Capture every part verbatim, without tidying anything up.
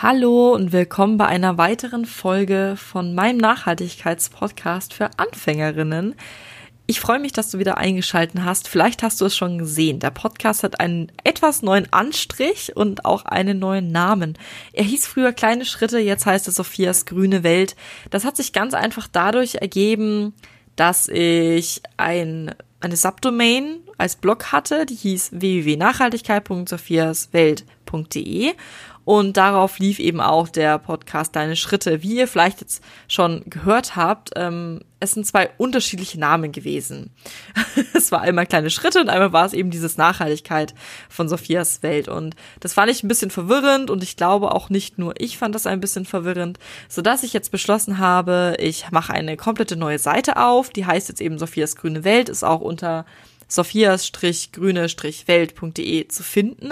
Hallo und willkommen bei einer weiteren Folge von meinem Nachhaltigkeitspodcast für Anfängerinnen. Ich freue mich, dass du wieder eingeschaltet hast. Vielleicht hast du es schon gesehen. Der Podcast hat einen etwas neuen Anstrich und auch einen neuen Namen. Er hieß früher Kleine Schritte, jetzt heißt es Sophias grüne Welt. Das hat sich ganz einfach dadurch ergeben, dass ich ein, eine Subdomain als Blog hatte, die hieß w w w punkt nachhaltigkeit punkt sophiaswelt punkt de. Und darauf lief eben auch der Podcast Deine Schritte. Wie ihr vielleicht jetzt schon gehört habt, ähm, es sind zwei unterschiedliche Namen gewesen. Es war einmal Kleine Schritte und einmal war es eben dieses Nachhaltigkeit von Sophias Welt. Und das fand ich ein bisschen verwirrend und ich glaube auch nicht nur ich fand das ein bisschen verwirrend, sodass ich jetzt beschlossen habe, ich mache eine komplette neue Seite auf. Die heißt jetzt eben Sophias grüne Welt, ist auch unter sophias grüne welt punkt de zu finden.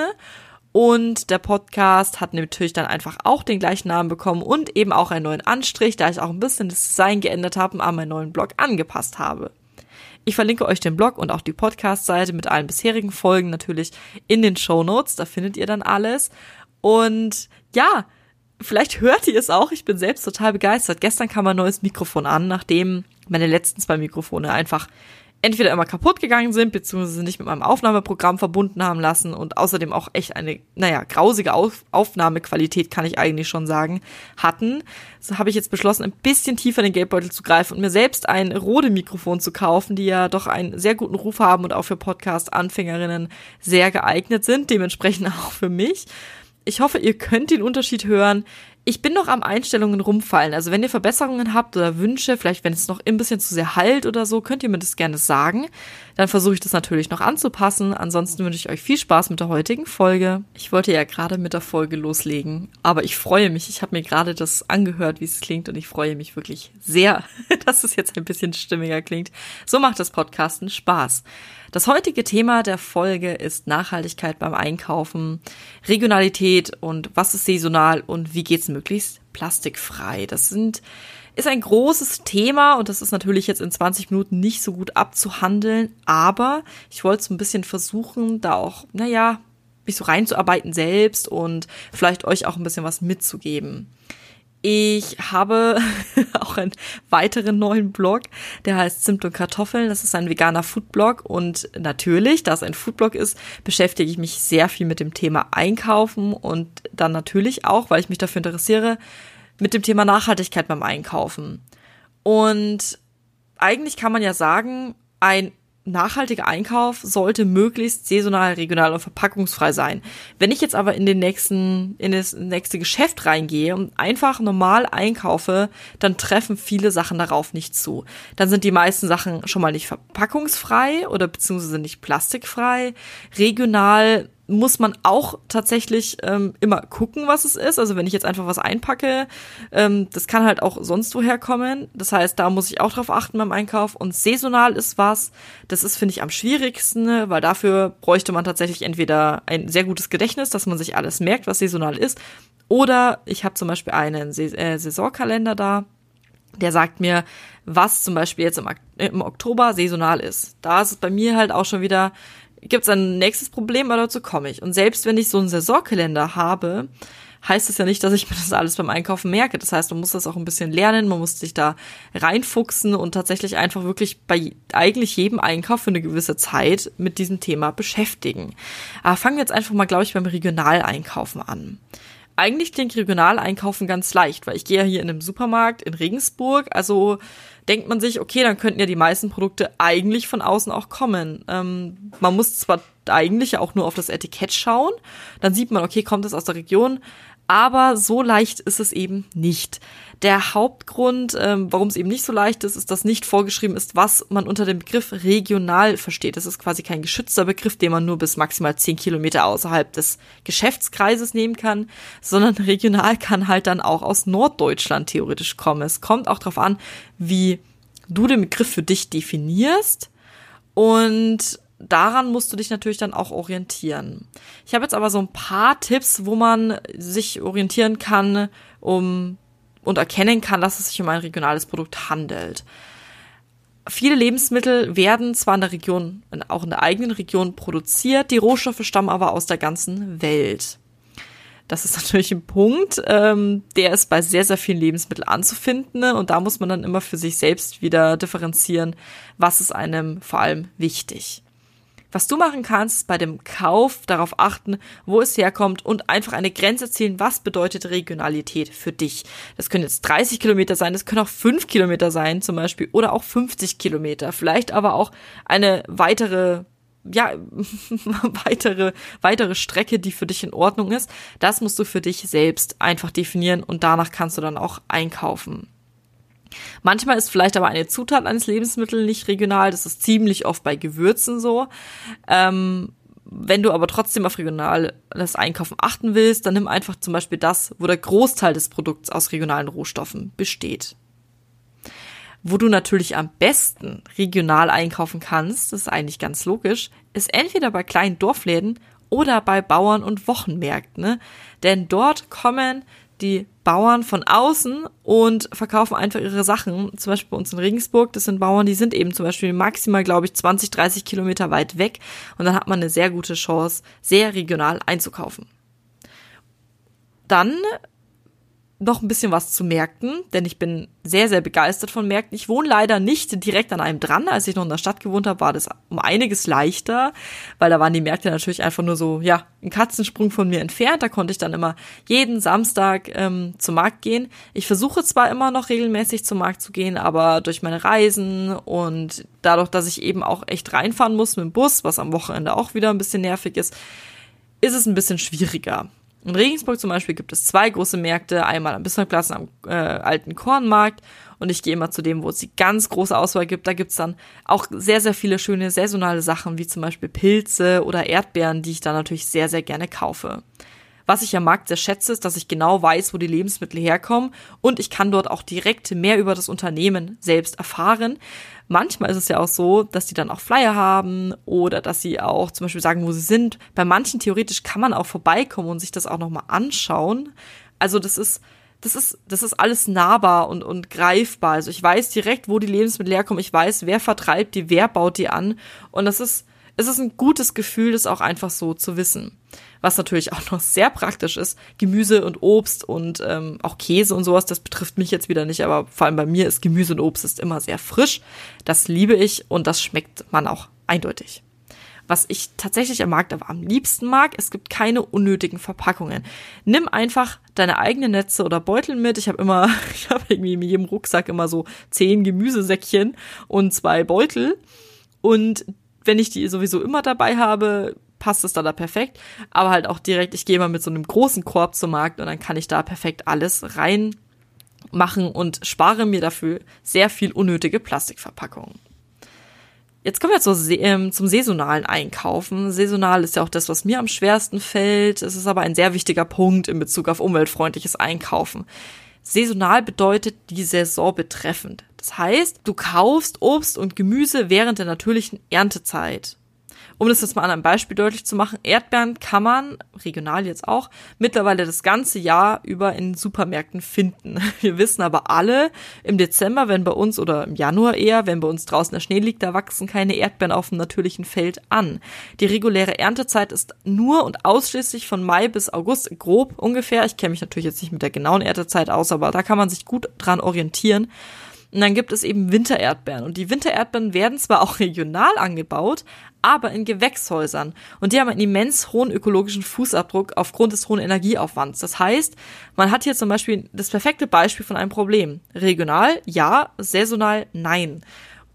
Und der Podcast hat natürlich dann einfach auch den gleichen Namen bekommen und eben auch einen neuen Anstrich, da ich auch ein bisschen das Design geändert habe und an meinen neuen Blog angepasst habe. Ich verlinke euch den Blog und auch die Podcast-Seite mit allen bisherigen Folgen natürlich in den Shownotes, da findet ihr dann alles. Und ja, vielleicht hört ihr es auch, ich bin selbst total begeistert. Gestern kam ein neues Mikrofon an, nachdem meine letzten zwei Mikrofone einfach entweder immer kaputt gegangen sind, beziehungsweise nicht mit meinem Aufnahmeprogramm verbunden haben lassen und außerdem auch echt eine, naja, grausige Auf- Aufnahmequalität, kann ich eigentlich schon sagen, hatten. So habe ich jetzt beschlossen, ein bisschen tiefer in den Geldbeutel zu greifen und mir selbst ein Rode-Mikrofon zu kaufen, die ja doch einen sehr guten Ruf haben und auch für Podcast-Anfängerinnen sehr geeignet sind, dementsprechend auch für mich. Ich hoffe, ihr könnt den Unterschied hören. Ich bin noch am Einstellungen rumfallen. Also wenn ihr Verbesserungen habt oder Wünsche, vielleicht wenn es noch ein bisschen zu sehr halt oder so, könnt ihr mir das gerne sagen. Dann versuche ich das natürlich noch anzupassen. Ansonsten wünsche ich euch viel Spaß mit der heutigen Folge. Ich wollte ja gerade mit der Folge loslegen, aber ich freue mich. Ich habe mir gerade das angehört, wie es klingt und ich freue mich wirklich sehr, dass es jetzt ein bisschen stimmiger klingt. So macht das Podcasten Spaß. Das heutige Thema der Folge ist Nachhaltigkeit beim Einkaufen, Regionalität und was ist saisonal und wie geht's möglichst plastikfrei. Das sind, ist ein großes Thema und das ist natürlich jetzt in zwanzig Minuten nicht so gut abzuhandeln, aber ich wollte so ein bisschen versuchen, da auch, naja, mich so reinzuarbeiten selbst und vielleicht euch auch ein bisschen was mitzugeben. Ich habe auch einen weiteren neuen Blog, der heißt Zimt und Kartoffeln. Das ist ein veganer Foodblog und natürlich, da es ein Foodblog ist, beschäftige ich mich sehr viel mit dem Thema Einkaufen und dann natürlich auch, weil ich mich dafür interessiere, mit dem Thema Nachhaltigkeit beim Einkaufen. Und eigentlich kann man ja sagen, ein nachhaltiger Einkauf sollte möglichst saisonal, regional und verpackungsfrei sein. Wenn ich jetzt aber in den nächsten, in das nächste Geschäft reingehe und einfach normal einkaufe, dann treffen viele Sachen darauf nicht zu. Dann sind die meisten Sachen schon mal nicht verpackungsfrei oder beziehungsweise nicht plastikfrei. Regional muss man auch tatsächlich ähm, immer gucken, was es ist. Also wenn ich jetzt einfach was einpacke, ähm, das kann halt auch sonst woher kommen. Das heißt, da muss ich auch drauf achten beim Einkauf. Und saisonal ist was, das ist, finde ich, am schwierigsten, weil dafür bräuchte man tatsächlich entweder ein sehr gutes Gedächtnis, dass man sich alles merkt, was saisonal ist. Oder ich habe zum Beispiel einen Sais- äh, Saisonkalender da, der sagt mir, was zum Beispiel jetzt im, im Oktober saisonal ist. Da ist es bei mir halt auch schon wieder, gibt es ein nächstes Problem, aber dazu komme ich. Und selbst wenn ich so einen Saisonkalender habe, heißt es ja nicht, dass ich mir das alles beim Einkaufen merke. Das heißt, man muss das auch ein bisschen lernen, man muss sich da reinfuchsen und tatsächlich einfach wirklich bei eigentlich jedem Einkauf für eine gewisse Zeit mit diesem Thema beschäftigen. Aber fangen wir jetzt einfach mal, glaube ich, beim Regionaleinkaufen an. Eigentlich klingt Regionaleinkaufen ganz leicht, weil ich gehe ja hier in einem Supermarkt in Regensburg, also denkt man sich, okay, dann könnten ja die meisten Produkte eigentlich von außen auch kommen. Ähm, man muss zwar eigentlich auch nur auf das Etikett schauen, dann sieht man, okay, kommt es aus der Region, aber so leicht ist es eben nicht. Der Hauptgrund, ähm, warum es eben nicht so leicht ist, ist, dass nicht vorgeschrieben ist, was man unter dem Begriff regional versteht. Das ist quasi kein geschützter Begriff, den man nur bis maximal zehn Kilometer außerhalb des Geschäftskreises nehmen kann, sondern regional kann halt dann auch aus Norddeutschland theoretisch kommen. Es kommt auch darauf an, wie du den Begriff für dich definierst und daran musst du dich natürlich dann auch orientieren. Ich habe jetzt aber so ein paar Tipps, wo man sich orientieren kann, um und erkennen kann, dass es sich um ein regionales Produkt handelt. Viele Lebensmittel werden zwar in der Region, auch in der eigenen Region produziert, die Rohstoffe stammen aber aus der ganzen Welt. Das ist natürlich ein Punkt, ähm, der ist bei sehr, sehr vielen Lebensmitteln anzufinden. Ne? Und da muss man dann immer für sich selbst wieder differenzieren, was ist einem vor allem wichtig. Was du machen kannst, ist bei dem Kauf darauf achten, wo es herkommt und einfach eine Grenze ziehen, was bedeutet Regionalität für dich. Das können jetzt dreißig Kilometer sein, das können auch fünf Kilometer sein zum Beispiel oder auch fünfzig Kilometer. Vielleicht aber auch eine weitere, ja, weitere, weitere Strecke, die für dich in Ordnung ist. Das musst du für dich selbst einfach definieren und danach kannst du dann auch einkaufen. Manchmal ist vielleicht aber eine Zutat eines Lebensmittels nicht regional, das ist ziemlich oft bei Gewürzen so. Ähm, wenn du aber trotzdem auf regionales Einkaufen achten willst, dann nimm einfach zum Beispiel das, wo der Großteil des Produkts aus regionalen Rohstoffen besteht. Wo du natürlich am besten regional einkaufen kannst, das ist eigentlich ganz logisch, ist entweder bei kleinen Dorfläden oder bei Bauern- und Wochenmärkten. Ne? Denn dort kommen die Bauern von außen und verkaufen einfach ihre Sachen. Zum Beispiel bei uns in Regensburg, das sind Bauern, die sind eben zum Beispiel maximal, glaube ich, zwanzig, dreißig Kilometer weit weg. Und dann hat man eine sehr gute Chance, sehr regional einzukaufen. Dann noch ein bisschen was zu Märkten, denn ich bin sehr, sehr begeistert von Märkten. Ich wohne leider nicht direkt an einem dran. Als ich noch in der Stadt gewohnt habe, war das um einiges leichter, weil da waren die Märkte natürlich einfach nur so, ja, ein Katzensprung von mir entfernt. Da konnte ich dann immer jeden Samstag ähm, zum Markt gehen. Ich versuche zwar immer noch regelmäßig zum Markt zu gehen, aber durch meine Reisen und dadurch, dass ich eben auch echt reinfahren muss mit dem Bus, was am Wochenende auch wieder ein bisschen nervig ist, ist es ein bisschen schwieriger. In Regensburg zum Beispiel gibt es zwei große Märkte, einmal am Bismarckplatz und am äh, alten Kornmarkt und ich gehe immer zu dem, wo es die ganz große Auswahl gibt. Da gibt's dann auch sehr, sehr viele schöne saisonale Sachen, wie zum Beispiel Pilze oder Erdbeeren, die ich dann natürlich sehr, sehr gerne kaufe. Was ich am Markt sehr schätze, ist, dass ich genau weiß, wo die Lebensmittel herkommen und ich kann dort auch direkt mehr über das Unternehmen selbst erfahren. Manchmal ist es ja auch so, dass die dann auch Flyer haben oder dass sie auch zum Beispiel sagen, wo sie sind. Bei manchen theoretisch kann man auch vorbeikommen und sich das auch nochmal anschauen. Also das ist, das ist, das ist alles nahbar und, und greifbar. Also ich weiß direkt, wo die Lebensmittel herkommen. Ich weiß, wer vertreibt die, wer baut die an. Und das ist, es ist ein gutes Gefühl, das auch einfach so zu wissen. Was natürlich auch noch sehr praktisch ist, Gemüse und Obst und ähm, auch Käse und sowas, das betrifft mich jetzt wieder nicht, aber vor allem bei mir ist Gemüse und Obst ist immer sehr frisch. Das liebe ich und das schmeckt man auch eindeutig. Was ich tatsächlich am Markt aber am liebsten mag, es gibt keine unnötigen Verpackungen. Nimm einfach deine eigenen Netze oder Beutel mit. Ich habe immer, ich habe irgendwie in jedem Rucksack immer so zehn Gemüsesäckchen und zwei Beutel und wenn ich die sowieso immer dabei habe, passt es da, da perfekt, aber halt auch direkt, ich gehe mal mit so einem großen Korb zum Markt und dann kann ich da perfekt alles reinmachen und spare mir dafür sehr viel unnötige Plastikverpackungen. Jetzt kommen wir zu, ähm, zum saisonalen Einkaufen. Saisonal ist ja auch das, was mir am schwersten fällt. Es ist aber ein sehr wichtiger Punkt in Bezug auf umweltfreundliches Einkaufen. Saisonal bedeutet die Saison betreffend. Das heißt, du kaufst Obst und Gemüse während der natürlichen Erntezeit. Um das jetzt mal an einem Beispiel deutlich zu machen, Erdbeeren kann man, regional jetzt auch, mittlerweile das ganze Jahr über in Supermärkten finden. Wir wissen aber alle, im Dezember, wenn bei uns, oder im Januar eher, wenn bei uns draußen der Schnee liegt, da wachsen keine Erdbeeren auf dem natürlichen Feld an. Die reguläre Erntezeit ist nur und ausschließlich von Mai bis August, grob ungefähr. Ich kenne mich natürlich jetzt nicht mit der genauen Erntezeit aus, aber da kann man sich gut dran orientieren. Und dann gibt es eben Wintererdbeeren. Und die Wintererdbeeren werden zwar auch regional angebaut, aber in Gewächshäusern. Und die haben einen immens hohen ökologischen Fußabdruck aufgrund des hohen Energieaufwands. Das heißt, man hat hier zum Beispiel das perfekte Beispiel von einem Problem. Regional, ja, saisonal, nein.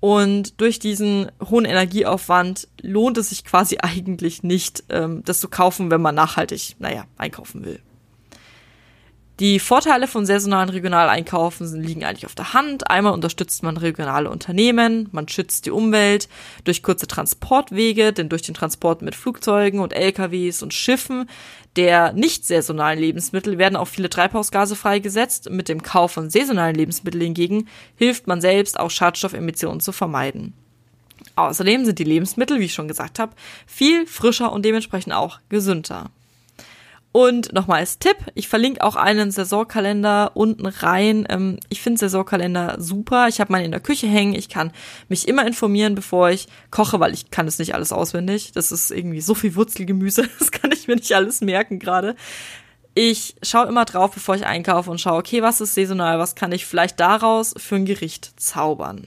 Und durch diesen hohen Energieaufwand lohnt es sich quasi eigentlich nicht, ähm, das zu kaufen, wenn man nachhaltig, naja, einkaufen will. Die Vorteile von saisonalen Regionaleinkaufen liegen eigentlich auf der Hand. Einmal unterstützt man regionale Unternehmen, man schützt die Umwelt durch kurze Transportwege, denn durch den Transport mit Flugzeugen und L K Ws und Schiffen der nicht saisonalen Lebensmittel werden auch viele Treibhausgase freigesetzt. Mit dem Kauf von saisonalen Lebensmitteln hingegen hilft man selbst, auch Schadstoffemissionen zu vermeiden. Außerdem sind die Lebensmittel, wie ich schon gesagt habe, viel frischer und dementsprechend auch gesünder. Und nochmal als Tipp, ich verlinke auch einen Saisonkalender unten rein. Ich finde Saisonkalender super. Ich habe meinen in der Küche hängen. Ich kann mich immer informieren, bevor ich koche, weil ich kann es nicht alles auswendig. Das ist irgendwie so viel Wurzelgemüse, das kann ich mir nicht alles merken gerade. Ich schaue immer drauf, bevor ich einkaufe und schaue, okay, was ist saisonal, was kann ich vielleicht daraus für ein Gericht zaubern.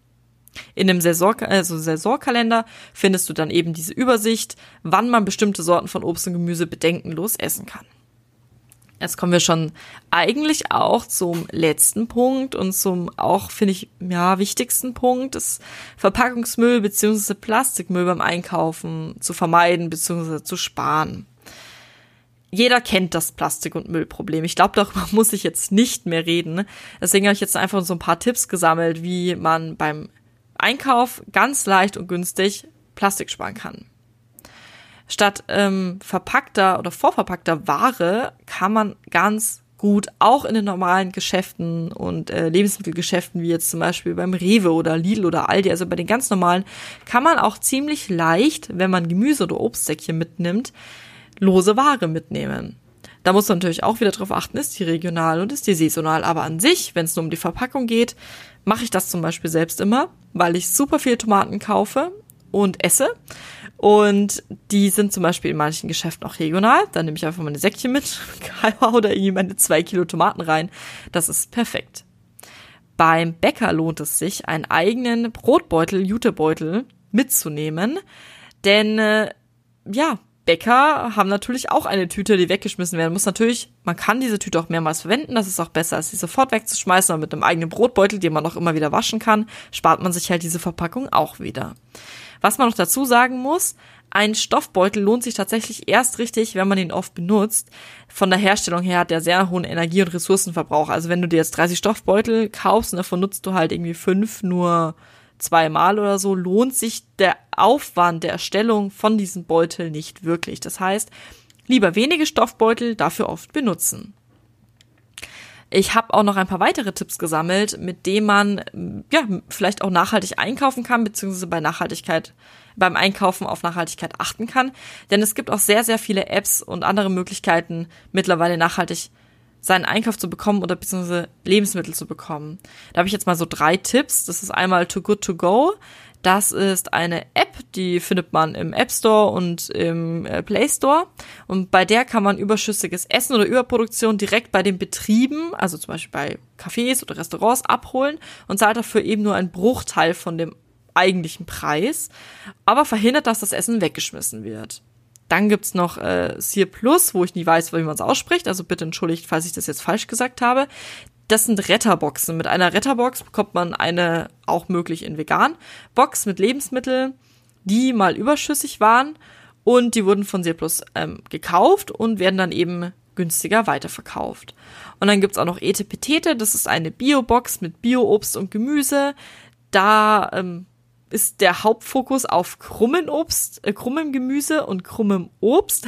In dem Saison, also Saisonkalender findest du dann eben diese Übersicht, wann man bestimmte Sorten von Obst und Gemüse bedenkenlos essen kann. Jetzt kommen wir schon eigentlich auch zum letzten Punkt und zum auch, finde ich, ja, wichtigsten Punkt, das Verpackungsmüll bzw. Plastikmüll beim Einkaufen zu vermeiden bzw. zu sparen. Jeder kennt das Plastik- und Müllproblem. Ich glaube, darüber muss ich jetzt nicht mehr reden. Deswegen habe ich jetzt einfach so ein paar Tipps gesammelt, wie man beim Einkauf ganz leicht und günstig Plastik sparen kann. Statt ähm, verpackter oder vorverpackter Ware kann man ganz gut auch in den normalen Geschäften und äh, Lebensmittelgeschäften, wie jetzt zum Beispiel beim Rewe oder Lidl oder Aldi, also bei den ganz normalen, kann man auch ziemlich leicht, wenn man Gemüse- oder Obstsäckchen mitnimmt, lose Ware mitnehmen. Da muss man natürlich auch wieder drauf achten, ist die regional und ist die saisonal. Aber an sich, wenn es nur um die Verpackung geht, mache ich das zum Beispiel selbst immer, weil ich super viel Tomaten kaufe und esse. Und die sind zum Beispiel in manchen Geschäften auch regional. Dann nehme ich einfach meine Säckchen mit oder irgendwie meine zwei Kilo Tomaten rein. Das ist perfekt. Beim Bäcker lohnt es sich, einen eigenen Brotbeutel, Jutebeutel mitzunehmen. Denn, äh, ja, Bäcker haben natürlich auch eine Tüte, die weggeschmissen werden muss. Natürlich, man kann diese Tüte auch mehrmals verwenden. Das ist auch besser, als sie sofort wegzuschmeißen. Aber mit einem eigenen Brotbeutel, den man auch immer wieder waschen kann, spart man sich halt diese Verpackung auch wieder. Was man noch dazu sagen muss, ein Stoffbeutel lohnt sich tatsächlich erst richtig, wenn man ihn oft benutzt. Von der Herstellung her hat der sehr hohen Energie- und Ressourcenverbrauch. Also wenn du dir jetzt dreißig Stoffbeutel kaufst und davon nutzt du halt irgendwie fünf nur zweimal oder so, lohnt sich der Aufwand der Erstellung von diesem Beutel nicht wirklich. Das heißt, lieber wenige Stoffbeutel, dafür oft benutzen. Ich habe auch noch ein paar weitere Tipps gesammelt, mit denen man ja vielleicht auch nachhaltig einkaufen kann, beziehungsweise bei Nachhaltigkeit, beim Einkaufen auf Nachhaltigkeit achten kann. Denn es gibt auch sehr, sehr viele Apps und andere Möglichkeiten, mittlerweile nachhaltig seinen Einkauf zu bekommen oder beziehungsweise Lebensmittel zu bekommen. Da habe ich jetzt mal so drei Tipps. Das ist einmal Too Good To Go. Das ist eine App, die findet man im App Store und im Play Store. Und bei der kann man überschüssiges Essen oder Überproduktion direkt bei den Betrieben, also zum Beispiel bei Cafés oder Restaurants, abholen und zahlt dafür eben nur einen Bruchteil von dem eigentlichen Preis, aber verhindert, dass das Essen weggeschmissen wird. Dann gibt's noch äh, Sear Plus, wo ich nie weiß, wie man es ausspricht, also bitte entschuldigt, falls ich das jetzt falsch gesagt habe. Das sind Retterboxen. Mit einer Retterbox bekommt man eine, auch möglich in vegan, Box mit Lebensmitteln, die mal überschüssig waren und die wurden von Sear Plus ähm, gekauft und werden dann eben günstiger weiterverkauft. Und dann gibt's auch noch Etepetete, das ist eine Bio-Box mit Bio-Obst und Gemüse. Da ähm, ist der Hauptfokus auf krummen Obst, äh, krummem Gemüse und krummem Obst.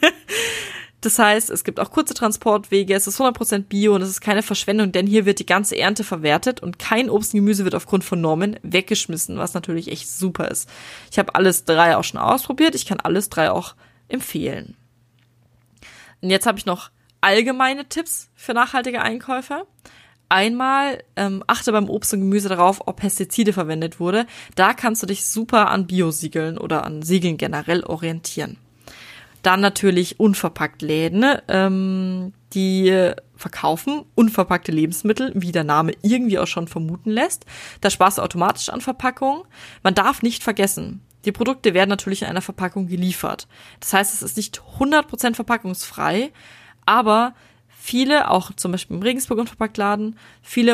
Das heißt, es gibt auch kurze Transportwege, es ist hundert Prozent Bio und es ist keine Verschwendung, denn hier wird die ganze Ernte verwertet und kein Obst und Gemüse wird aufgrund von Normen weggeschmissen, was natürlich echt super ist. Ich habe alles drei auch schon ausprobiert, ich kann alles drei auch empfehlen. Und jetzt habe ich noch allgemeine Tipps für nachhaltige Einkäufer. Einmal ähm, achte beim Obst und Gemüse darauf, ob Pestizide verwendet wurde. Da kannst du dich super an Biosiegeln oder an Siegeln generell orientieren. Dann natürlich unverpackt Läden, ähm, die verkaufen unverpackte Lebensmittel, wie der Name irgendwie auch schon vermuten lässt. Da sparst du automatisch an Verpackung. Man darf nicht vergessen, die Produkte werden natürlich in einer Verpackung geliefert. Das heißt, es ist nicht hundert Prozent verpackungsfrei, aber viele, auch zum Beispiel im Regensburg Unverpacktladen, viele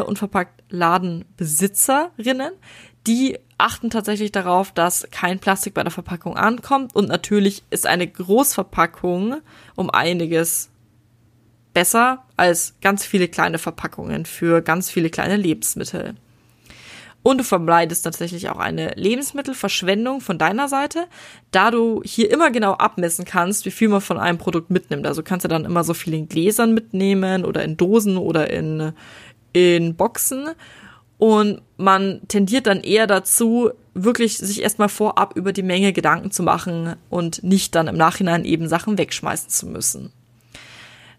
Unverpacktladenbesitzerinnen, die achten tatsächlich darauf, dass kein Plastik bei der Verpackung ankommt. Und natürlich ist eine Großverpackung um einiges besser als ganz viele kleine Verpackungen für ganz viele kleine Lebensmittel. Und du vermeidest tatsächlich auch eine Lebensmittelverschwendung von deiner Seite, da du hier immer genau abmessen kannst, wie viel man von einem Produkt mitnimmt. Also kannst du dann immer so viel in Gläsern mitnehmen oder in Dosen oder in, in Boxen. Und man tendiert dann eher dazu, wirklich sich erstmal vorab über die Menge Gedanken zu machen und nicht dann im Nachhinein eben Sachen wegschmeißen zu müssen.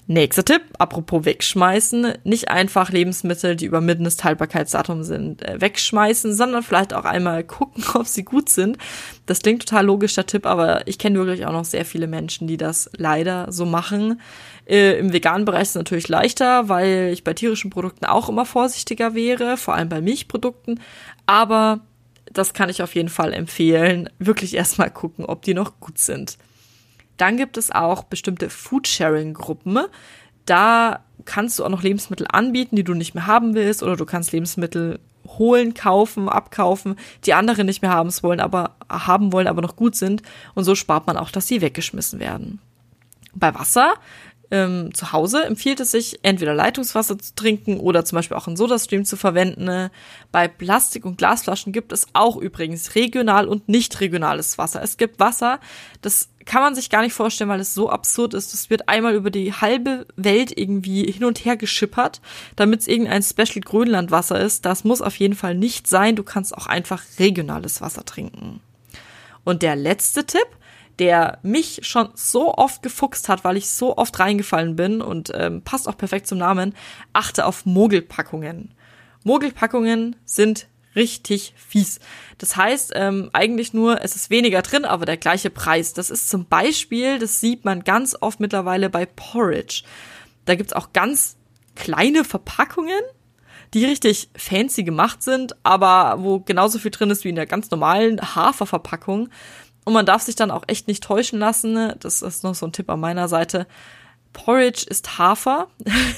Nächster Tipp, apropos wegschmeißen, nicht einfach Lebensmittel, die über Mindesthaltbarkeitsdatum sind, äh, wegschmeißen, sondern vielleicht auch einmal gucken, ob sie gut sind. Das klingt total logisch, der Tipp, aber ich kenne wirklich auch noch sehr viele Menschen, die das leider so machen. Äh, im veganen Bereich ist es natürlich leichter, weil ich bei tierischen Produkten auch immer vorsichtiger wäre, vor allem bei Milchprodukten, aber das kann ich auf jeden Fall empfehlen, wirklich erstmal gucken, ob die noch gut sind. Dann gibt es auch bestimmte Foodsharing-Gruppen. Da kannst du auch noch Lebensmittel anbieten, die du nicht mehr haben willst, oder du kannst Lebensmittel holen, kaufen, abkaufen, die andere nicht mehr haben wollen, aber haben wollen, aber noch gut sind. Und so spart man auch, dass sie weggeschmissen werden. Bei Wasser ähm, zu Hause empfiehlt es sich, entweder Leitungswasser zu trinken oder zum Beispiel auch einen Sodastream zu verwenden. Bei Plastik- und Glasflaschen gibt es auch übrigens regional und nicht regionales Wasser. Es gibt Wasser, das kann man sich gar nicht vorstellen, weil es so absurd ist. Das wird einmal über die halbe Welt irgendwie hin und her geschippert, damit es irgendein Special Grönlandwasser ist. Das muss auf jeden Fall nicht sein. Du kannst auch einfach regionales Wasser trinken. Und der letzte Tipp, der mich schon so oft gefuchst hat, weil ich so oft reingefallen bin und ähm, passt auch perfekt zum Namen, achte auf Mogelpackungen. Mogelpackungen sind richtig fies. Das heißt ähm, eigentlich nur, es ist weniger drin, aber der gleiche Preis. Das ist zum Beispiel, das sieht man ganz oft mittlerweile bei Porridge. Da gibt's auch ganz kleine Verpackungen, die richtig fancy gemacht sind, aber wo genauso viel drin ist wie in der ganz normalen Haferverpackung. Und man darf sich dann auch echt nicht täuschen lassen. Das ist noch so ein Tipp an meiner Seite. Porridge ist Hafer.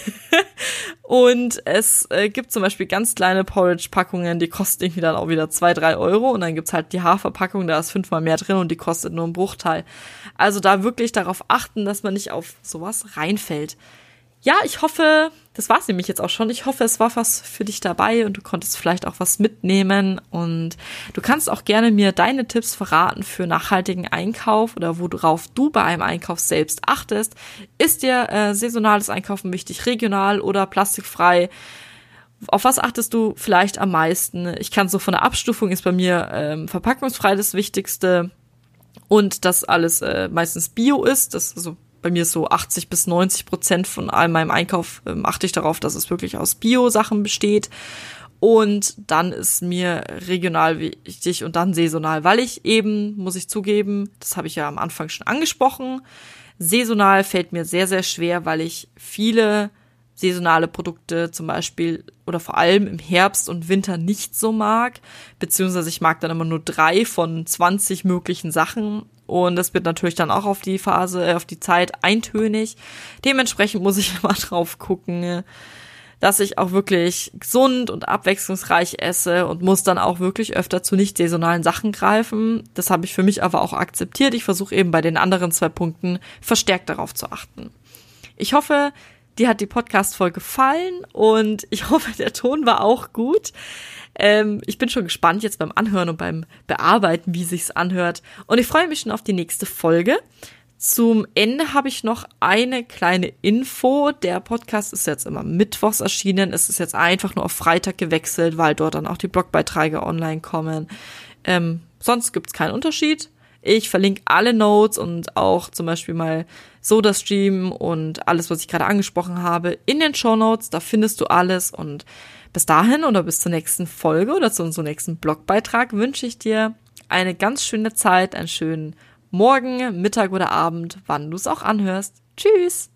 Und es äh, gibt zum Beispiel ganz kleine Porridge-Packungen, die kosten irgendwie dann auch wieder zwei, drei Euro. Und dann gibt's halt die Haferpackung, da ist fünfmal mehr drin und die kostet nur einen Bruchteil. Also da wirklich darauf achten, dass man nicht auf sowas reinfällt. Ja, ich hoffe, das war's nämlich jetzt auch schon. Ich hoffe, es war was für dich dabei und du konntest vielleicht auch was mitnehmen. Und du kannst auch gerne mir deine Tipps verraten für nachhaltigen Einkauf oder worauf du bei einem Einkauf selbst achtest. Ist dir äh, saisonales Einkaufen wichtig, regional oder plastikfrei? Auf was achtest du vielleicht am meisten? Ich kann so von der Abstufung ist bei mir ähm, verpackungsfrei das Wichtigste und dass alles äh, meistens Bio ist. Das ist so bei mir ist so achtzig bis neunzig Prozent von all meinem Einkauf ähm, achte ich darauf, dass es wirklich aus Bio-Sachen besteht. Und dann ist mir regional wichtig und dann saisonal, weil ich eben, muss ich zugeben, das habe ich ja am Anfang schon angesprochen, saisonal fällt mir sehr, sehr schwer, weil ich viele saisonale Produkte zum Beispiel oder vor allem im Herbst und Winter nicht so mag, beziehungsweise ich mag dann immer nur drei von zwanzig möglichen Sachen und das wird natürlich dann auch auf die Phase, äh, auf die Zeit eintönig. Dementsprechend muss ich immer drauf gucken, dass ich auch wirklich gesund und abwechslungsreich esse und muss dann auch wirklich öfter zu nicht saisonalen Sachen greifen. Das habe ich für mich aber auch akzeptiert. Ich versuche eben bei den anderen zwei Punkten verstärkt darauf zu achten. Ich hoffe, dir hat die Podcast-Folge gefallen und ich hoffe, der Ton war auch gut. Ähm, ich bin schon gespannt jetzt beim Anhören und beim Bearbeiten, wie sich's anhört. Und ich freue mich schon auf die nächste Folge. Zum Ende habe ich noch eine kleine Info. Der Podcast ist jetzt immer mittwochs erschienen. Es ist jetzt einfach nur auf Freitag gewechselt, weil dort dann auch die Blogbeiträge online kommen. Ähm, sonst gibt's keinen Unterschied. Ich verlinke alle Notes und auch zum Beispiel mal Sodastream und alles, was ich gerade angesprochen habe, in den Shownotes. Da findest du alles. Und bis dahin oder bis zur nächsten Folge oder zu unserem nächsten Blogbeitrag wünsche ich dir eine ganz schöne Zeit, einen schönen Morgen, Mittag oder Abend, wann du es auch anhörst. Tschüss!